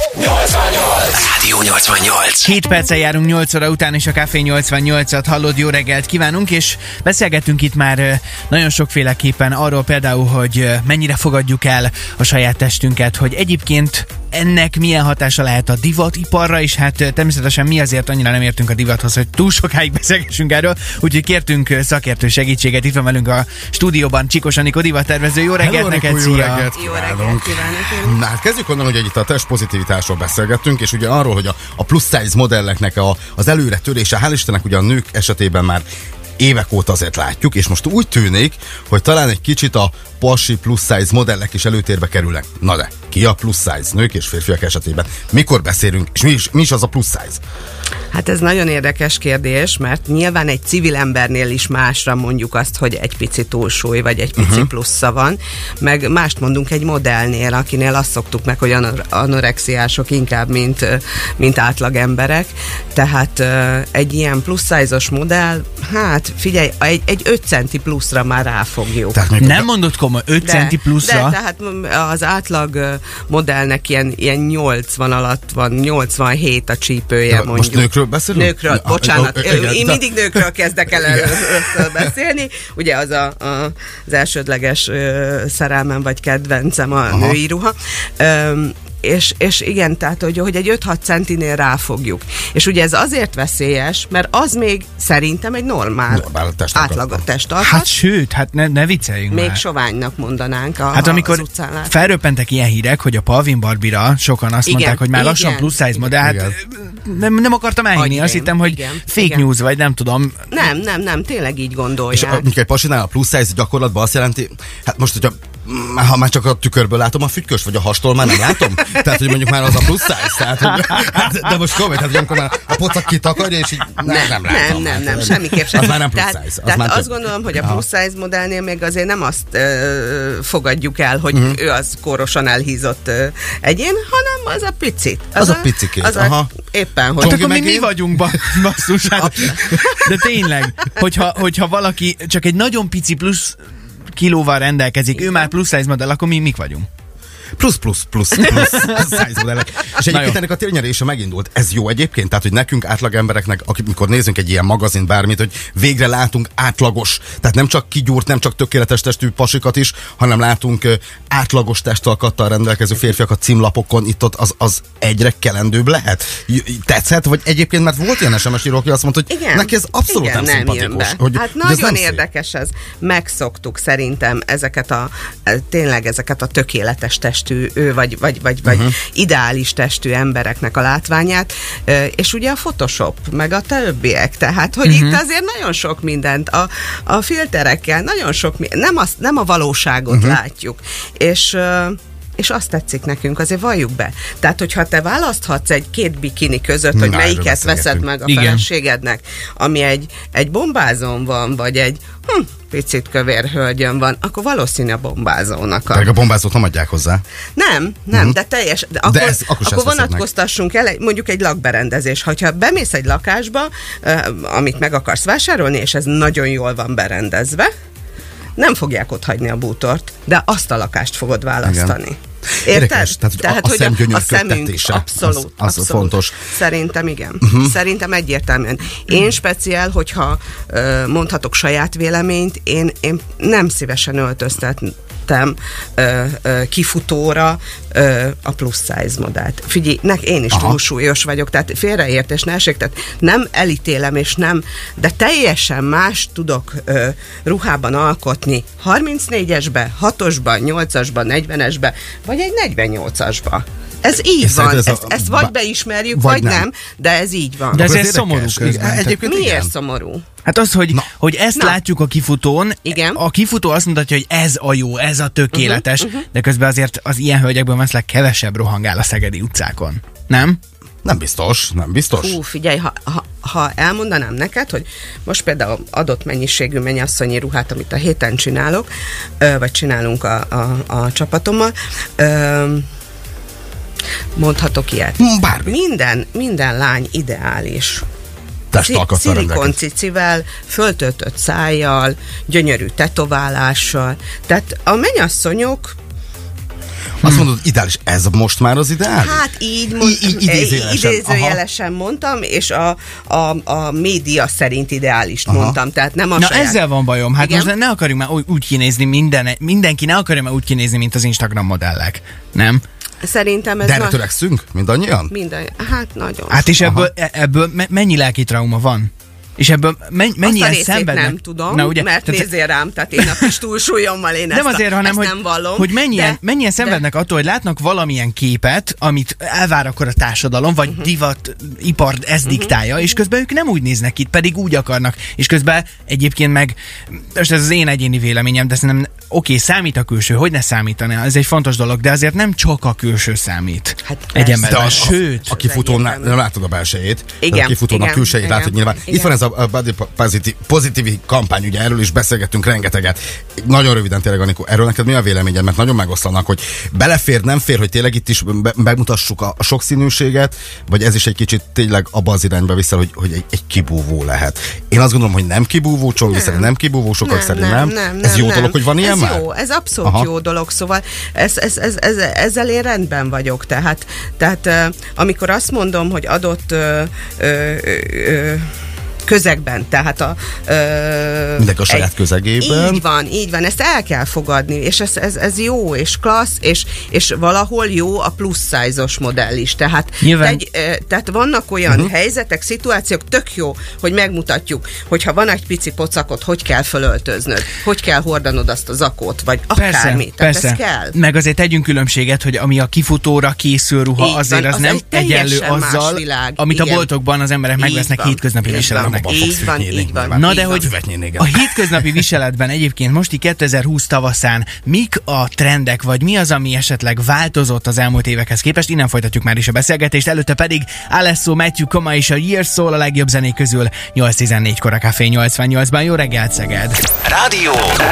Rádió 88. 7 perccel járunk 8 óra után, és a Café 88-at hallod, jó reggelt kívánunk, és beszélgettünk itt már nagyon sokféleképpen arról például, hogy mennyire fogadjuk el a saját testünket, hogy egyébként ennek milyen hatása lehet a divatiparra, és hát természetesen mi azért annyira nem értünk a divathoz, hogy túl sokáig beszélgessünk erről, úgyhogy kértünk szakértő segítséget. Itt van velünk a stúdióban Csikos Anikó divattervező. Jó reggelt neked, szia! Jó reggelt kívánok! Na hát kezdjük onnan, hogy itt a testpozitivitásról beszélgettünk, és ugye arról, hogy a plusz size modelleknek az előre törése, hál' Istennek ugye a nők esetében már évek óta azért látjuk, és most úgy tűnik, hogy talán egy kicsit a pasi plusz size modellek is előtérbe kerülnek. Na de, ki a plusz size nők és férfiak esetében? Mikor beszélünk, és mi is az a plusz size? Hát ez nagyon érdekes kérdés, mert nyilván egy civil embernél is másra mondjuk azt, hogy egy pici túlsúly, vagy egy pici plusza van, meg mást mondunk egy modellnél, akinél azt szoktuk meg, hogy anorexiások inkább, mint átlag emberek. Tehát egy ilyen plusz size-os modell, hát figyelj, egy 5 centi pluszra már ráfogjuk. Nem mondod komoly, 5 centi pluszra? De, tehát az átlag modellnek ilyen 80 alatt van, 87 a csípője, mondjuk. Most nőkről beszélünk? Nőkről, bocsánat. Én mindig nőkről kezdek el először beszélni. Ugye az az elsődleges szerelmem vagy kedvencem a női ruha. És igen, tehát hogy egy 5-6 centinél ráfogjuk. És ugye ez azért veszélyes, mert az még szerintem egy normál átlag testalkat. Hát sőt, hát ne vicceljünk még már. soványnak mondanánk hát amikor felröppentek ilyen hírek, hogy a Palvin Barbie-ra sokan azt mondták, hogy már lassan plusz size modell, hát nem akartam elhinni, azt hittem, hogy fake news, vagy nem tudom. Nem, tényleg így gondolják. És egy pasinál a plusz size gyakorlatban azt jelenti, hát most, hogyha ha már csak a tükörből látom a füttykös, vagy a hastól már nem látom? Tehát, hogy mondjuk már az a plusz size, tehát, hogy, de most komoly, tehát amikor már a pocak kitakarja, és így nem látom. Nem, semmiképp sem. Az már nem plusz size. Tehát azt gondolom, hogy a plusz size modellnél még azért nem azt fogadjuk el, hogy ő az kórosan elhízott egyén, hanem az a picit. Az a picikét, éppen, hogy... Hát akkor mi vagyunk, basszus, hát. De tényleg, hogyha valaki csak egy nagyon pici plusz kilóval rendelkezik, ő már plusz size modell, akkor mi mik vagyunk? Plusz size modellek. És egyébként ennek a térnyerése megindult. Ez jó egyébként? Tehát, hogy nekünk átlag embereknek, amikor nézünk egy ilyen magazint, bármit, hogy végre látunk átlagos, tehát nem csak kigyúrt, nem csak tökéletes testű pasikat is, hanem látunk átlagos testalkattal rendelkező férfiakat címlapokon, itt ott az egyre kelendőbb lehet. Tetszett? Vagy egyébként, mert volt ilyen SMS író, aki azt mondta, hogy igen, neki ez abszolút nem szimpatikus. Hát nagyon érdekes ez. Megszoktuk szerintem tényleg ezeket a tökéletes testű, vagy ideális testű embereknek a látványát, és ugye a Photoshop, meg a többiek, tehát, hogy itt azért nagyon sok mindent, a filterekkel, nagyon sok nem a valóságot látjuk, és azt tetszik nekünk, azért valljuk be. Tehát, hogyha te választhatsz két bikini között, hogy melyiket veszed meg a feleségednek, ami egy bombázón van, vagy egy picit kövér hölgyön van, akkor valószínű a bombázónak. Pedig a bombázót nem adják hozzá. Nem, de teljes. Akkor vonatkoztassunk el mondjuk egy lakberendezés. Ha bemész egy lakásba, amit meg akarsz vásárolni, és ez nagyon jól van berendezve, nem fogják otthagyni a bútort, de azt a lakást fogod választani. Igen. Érted? Tehát hogy a szemünk abszolút fontos. Szerintem igen. Szerintem egyértelműen. Én speciál, hogyha mondhatok saját véleményt, én nem szívesen öltöztettem kifutóra a plusz size modellt. Figyelj, én is túlsúlyos vagyok, tehát félreértés ne essék, tehát nem elítélem, és nem, de teljesen más tudok ruhában alkotni 34-esbe, 6-osba, 8-asba, 40-esbe, vagy egy 48-asba. Ez így van. Ezt vagy beismerjük, vagy nem, de ez így van. De ez szomorú közben. Miért szomorú? Hát az, hogy ezt látjuk a kifutón, a kifutó azt mutatja, hogy ez a jó, ez a tökéletes, de közben azért az ilyen hölgyekből veszlek kevesebb rohangál a szegedi utcákon. Nem? Nem biztos. Hú, figyelj, ha elmondanám neked, hogy most például adott mennyiségű mennyasszonyi ruhát, amit a héten csinálok, vagy csinálunk a csapatommal, mondhatok ilyet. Bármi. Minden lány ideális. Szilikon cicivel, föltöltött szájjal, gyönyörű tetoválással. Tehát a mennyasszonyok Azt mondod, ideális, ez most már az ideális? Hát idézőjelesen mondtam, és a média szerint ideálist mondtam, tehát nem a saját. Ezzel van bajom, hát igen? most ne akarjuk már úgy kinézni, mindenki ne akarja már úgy kinézni, mint az Instagram modellek, nem? Szerintem ez... De erre törekszünk? Mindannyian? Hát nagyon. Hát és ebből mennyi lelki trauma van? És ebből mennyien szenvednek? Nem tudom, ugye, mert nézzél rám, tehát én a kis túlsúlyommal nem azért, hanem, nem vallom. Hogy mennyien szenvednek attól, hogy látnak valamilyen képet, amit elvár akkor a társadalom, vagy divat, ipar ezt diktálja, és közben ők nem úgy néznek ki, pedig úgy akarnak. És közben egyébként meg, most ez az én egyéni véleményem, de szerintem számít a külső, hogy ne számítana, ez egy fontos dolog, de azért nem csak a külső számít. Hát egy emberben, sőt. A kifutónak nem látod a belsejét, igen, a kifutónak külsejét látod nyilván. Itt van ez a body positive kampány, ugye erről is beszélgettünk rengeteget. Nagyon röviden tényleg, Anikó, erről neked mi a véleményed? Mert nagyon megoszlanak, hogy belefér, nem fér, hogy tényleg itt is megmutassuk a sokszínűséget, vagy ez is egy kicsit tényleg abba az irányba vissza, hogy egy kibúvó lehet. Én azt gondolom, hogy nem kibúvó, Csongyi szerint nem kibúvó, sokak szerint nem. Ez jó dolog, hogy van ilyen már? Jó, ez abszolút jó dolog, szóval ezzel én rendben vagyok. Tehát amikor azt mondom, hogy adott közegben, tehát mindenki a saját közegében. Így van, ezt el kell fogadni, és ez jó, és klassz, és valahol jó a plusz size-os modell is. Tehát vannak olyan helyzetek, szituációk, tök jó, hogy megmutatjuk, hogyha van egy pici pocakot, hogy kell fölöltöznöd, hogy kell hordanod azt a zakót, vagy akármi. Tehát ez kell. Meg azért tegyünk különbséget, hogy ami a kifutóra készül ruha, azért az nem egyenlő azzal, amit a boltokban az emberek megvesznek hétköznapi viseletben. Így van. Na de hogy a hétköznapi viseletben egyébként most így 2020 tavaszán mik a trendek, vagy mi az, ami esetleg változott az elmúlt évekhez képest? Innen folytatjuk már is a beszélgetést, előtte pedig Alesso, Matthew Koma és a Years Soul a legjobb zenék közül 8:14-kor a Café 88-ban. Jó reggelt, Szeged! Rádió!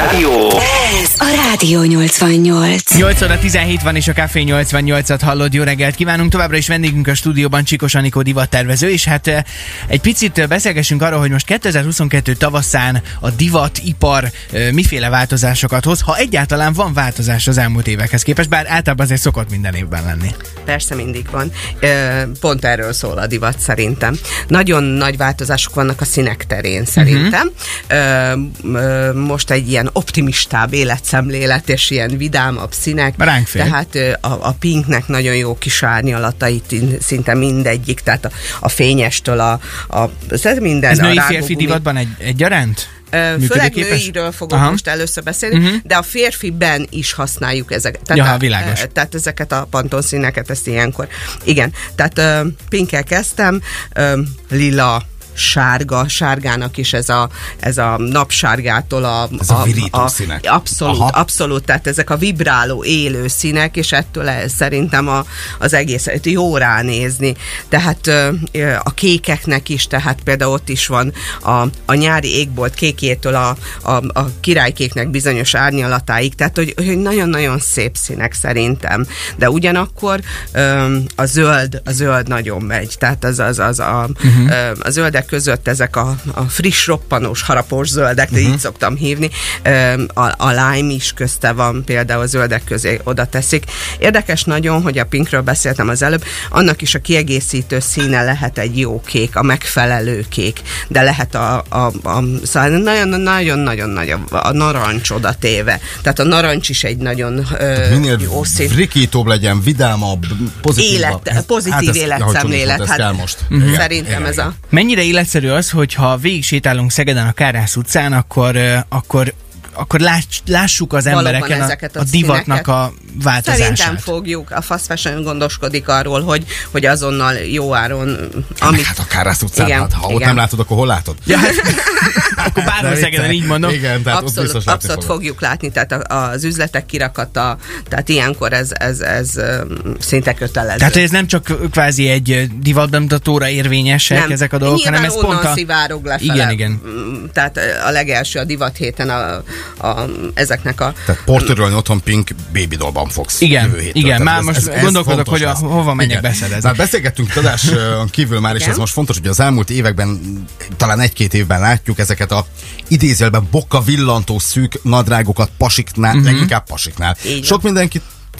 Ez a Rádió 88. 8 óra 17 van és a Café 88-at hallod. Jó reggelt kívánunk! Továbbra is vendégünk a stúdióban Csikos Anikó divattervező, és hát egy picit beszélgessünk arról, hogy most 2022 tavaszán a divatipar miféle változásokat hoz, ha egyáltalán van változás az elmúlt évekhez képest, bár általában azért szokott minden évben lenni. Persze mindig van. Pont erről szól a divat szerintem. Nagyon nagy változások vannak a színek terén szerintem. Most egy ilyen optimistább életszemlélet és ilyen vidámabb színek. Tehát a pinknek nagyon jó kis árnyalatait szinte mindegyik, tehát a fényestől minden. Ez női férfi divatban egyaránt? Főleg nőiről fogok most először beszélni, de a férfiben is használjuk ezeket. Világos. Tehát ezeket a pantonszíneket, ezt ilyenkor. Igen, tehát pinkkel kezdtem, lila, sárgának is ez a napsárgától ez a virító színek. Abszolút, tehát ezek a vibráló, élő színek, és ettől szerintem az egész jó ránézni. Tehát a kékeknek is, tehát például ott is van a nyári égbolt kékjétől a királykéknek bizonyos árnyalatáig, tehát hogy nagyon-nagyon szép színek szerintem. De ugyanakkor a zöld nagyon megy, tehát a zöldek között ezek a friss, roppanós, harapós zöldek, de így szoktam hívni. A lime is közte van, például a zöldek közé oda teszik. Érdekes nagyon, hogy a pinkről beszéltem az előbb, annak is a kiegészítő színe lehet egy jó kék, a megfelelő kék, de lehet szóval nagyon-nagyon nagy a narancs oda téve. Tehát a narancs is egy nagyon jó szín. Minél rikítóbb legyen, vidámabb, pozitívabb. Pozitív életszemlélet. Szerintem ez a... Mennyire életszerű az, hogyha végig sétálunk Szegeden a Kárász utcán, akkor lássuk az embereken a divatnak a változását. Szerintem fogjuk. A fast fashion gondoskodik arról, hogy azonnal jó áron... Hát a Kárász utcán, ha ott nem látod, akkor hol látod? Ja, akkor bárhol Szegeden így mondom. Igen, tehát abszolút fogjuk látni, tehát az üzletek kirakata, tehát ilyenkor ez szinte kötelező. Tehát ez nem csak kvázi egy divatbemutatóra érvényesek ezek a dolgok, hanem ez pont a... szivárog lefele. Igen. Tehát a legelső a divat héten ezeknek a... Tehát portörölni otthon pink babydolban fogsz. Igen, már most gondolkodok, hogy hova menjek beszerezni. Hát beszélgettünk adáson kívül már, és ez most fontos, hogy az elmúlt években, talán 1-2 évben látjuk ezeket a idézőjelben bokka villantó szűk nadrágokat pasiknál, leginkább pasiknál. Sok mindenki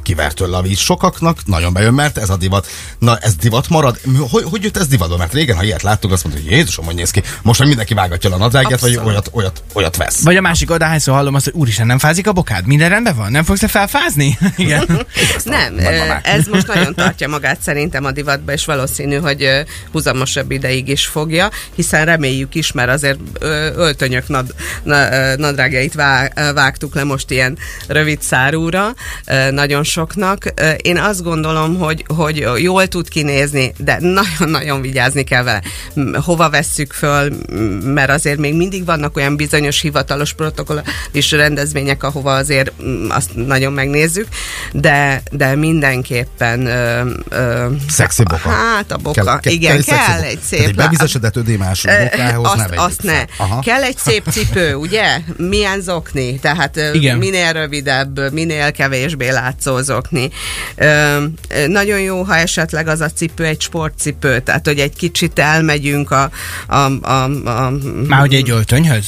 kivert tőle a víz. Sokaknak nagyon bejön, mert ez a divat. Na, ez divat marad? Hogy jött ez divatba? Mert régen, ha ilyet láttuk, azt mondta, hogy Jézusom, hogy néz ki. Most meg mindenki vágatja a nadrágját, vagy olyat vesz. Vagy a másik oda, hányszor hallom azt, hogy úristen, nem fázik a bokád? Minden rendben van? Nem fogsz-e felfázni? Igen. Nem, ez most nagyon tartja magát szerintem a divatba, és valószínű, hogy húzamosabb ideig is fogja, hiszen reméljük is, mert azért öltönyök nadrágjait vágtuk le most ilyen rövid szárúra nagyon soknak. Én azt gondolom, hogy jól tud kinézni, de nagyon-nagyon vigyázni kell vele. Hova vesszük föl, mert azért még mindig vannak olyan bizonyos hivatalos protokollális rendezvények, ahova azért azt nagyon megnézzük, de mindenképpen szexi boka. Hát a boka. Igen, kell egy szép... Egy bevizesedett ödémás bokához azt ne. Kell egy szép cipő, ugye? Milyen zokni? Tehát minél rövidebb, minél kevésbé látszó zokni. Nagyon jó, ha esetleg az a cipő egy sportcipő, tehát hogy egy kicsit elmegyünk Már hogy egy öltönyhöz?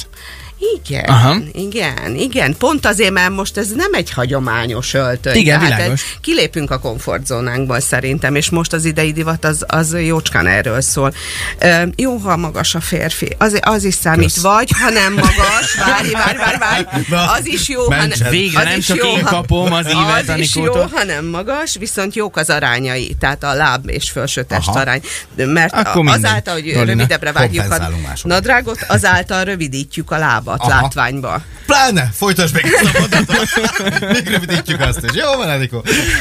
Igen. Pont azért, mert most ez nem egy hagyományos öltöny. Igen, világos. Kilépünk a komfortzónánkból szerintem, és most az idei divat az jócskán erről szól. Jó, ha magas a férfi. Az is számít. Kösz. Vagy, ha nem magas, várj. Az is jó, végre nem csak én kapom az ívet, az is jó, ha nem magas, viszont jók az arányai, tehát a láb és felső test arány. Mert azáltal, hogy rövidebbre vágjuk a nadrágot, azáltal rövidítjük a lábat látványba. Pláne! Folytasd meg ezt a mondatot! Még rövidítjük azt is. Jó van, Enikó?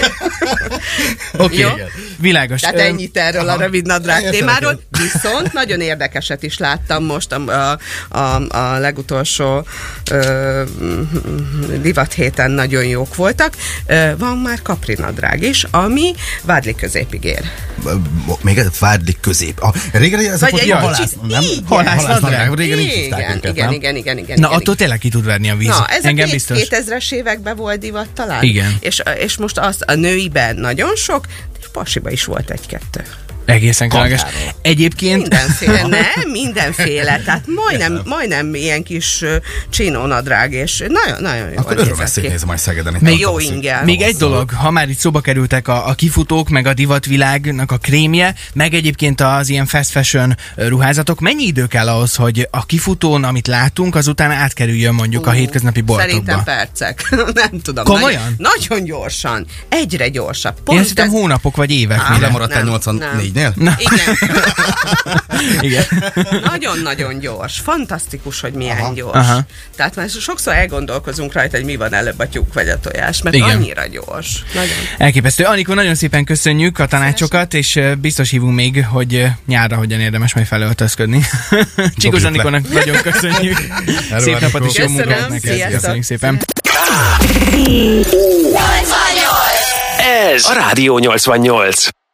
Oké, világos. Tehát ennyit erről a rövid nadrág témáról. Viszont nagyon érdekeset is láttam most a legutolsó divat héten, nagyon jók voltak. Van már kapri nadrág is, ami vádli középig ér. Még ez vádli közép. Régen ez a halász-nadrág. Régen így hívták őket, nem? Igen. Na, attól tényleg ki tud verni a víz. Na, ez engem a biztos. 2000-es években volt divat talán. Igen. És most azt a nőiben nagyon sok, és pasiba is volt egy-kettő. Egészen különleges. Egyébként... Mindenféle. Tehát majdnem ilyen kis csinónadrág, és nagyon jó. Akkor örömmel nézem majd Szegeden. Még jó ingel. Még egy dolog, ha már itt szóba kerültek a kifutók, meg a divatvilágnak a krémje, meg egyébként az ilyen fast fashion ruházatok, mennyi idő kell ahhoz, hogy a kifutón, amit látunk, azután átkerüljön mondjuk a hétköznapi boltokba? Szerintem percek. Nem tudom. Komolyan? Nagyon gyorsan. Egyre gyorsabb. Én hiszem hónapok vagy évek. Mire maradtál 84-nél? Igen. Nagyon-nagyon gyors. Fantasztikus, hogy milyen gyors. Tehát már sokszor elgondolkozunk rajta, hogy mi van előbb, a tyúk vagy a tojás, mert annyira gyors. Nagyon. Elképesztő. Anikó, nagyon szépen köszönjük a tanácsokat, és biztos hívunk még, hogy nyárra hogyan érdemes majd felöltözködni. Csikós Anikónak nagyon köszönjük. Szép napot és jó munkát neked. Köszönjük szépen. Ez a Rádió 88.